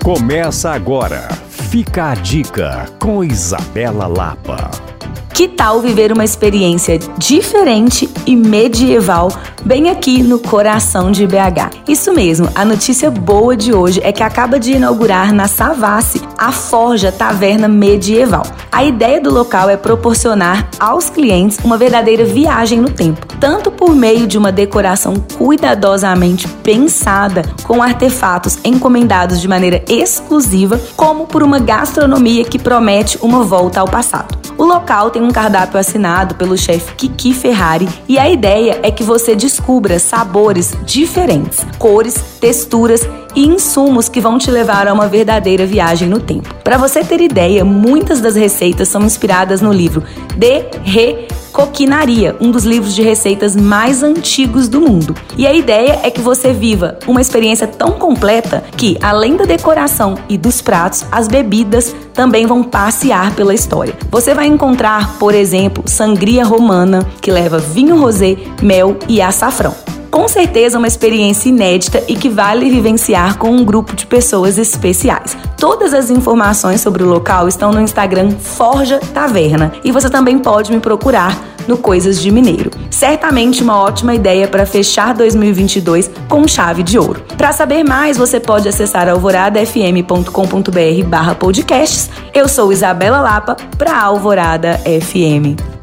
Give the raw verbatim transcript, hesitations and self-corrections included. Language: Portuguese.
Começa agora. Fica a dica com Isabela Lapa. Que tal viver uma experiência diferente e medieval bem aqui no coração de B H? Isso mesmo, a notícia boa de hoje é que acaba de inaugurar na Savassi a Forja Taverna Medieval. A ideia do local é proporcionar aos clientes uma verdadeira viagem no tempo, tanto por meio de uma decoração cuidadosamente pensada com artefatos encomendados de maneira exclusiva, como por uma gastronomia que promete uma volta ao passado. O local tem um cardápio assinado pelo chefe Kiki Ferrari e a ideia é que você descubra sabores diferentes, cores, texturas e insumos que vão te levar a uma verdadeira viagem no tempo. Para você ter ideia, muitas das receitas são inspiradas no livro De Recoquinaria, um dos livros de receitas mais antigos do mundo. E a ideia é que você viva uma experiência tão completa que, além da decoração e dos pratos, as bebidas também vão passear pela história. Você vai encontrar, por exemplo, sangria romana, que leva vinho rosé, mel e açafrão. Com certeza uma experiência inédita e que vale vivenciar com um grupo de pessoas especiais. Todas as informações sobre o local estão no Instagram Forja Taverna e você também pode me procurar no Coisas de Mineiro. Certamente uma ótima ideia para fechar dois mil e vinte e dois com chave de ouro. Para saber mais, você pode acessar alvorada f m ponto com ponto b r barra podcasts. Eu sou Isabela Lapa para Alvorada F M.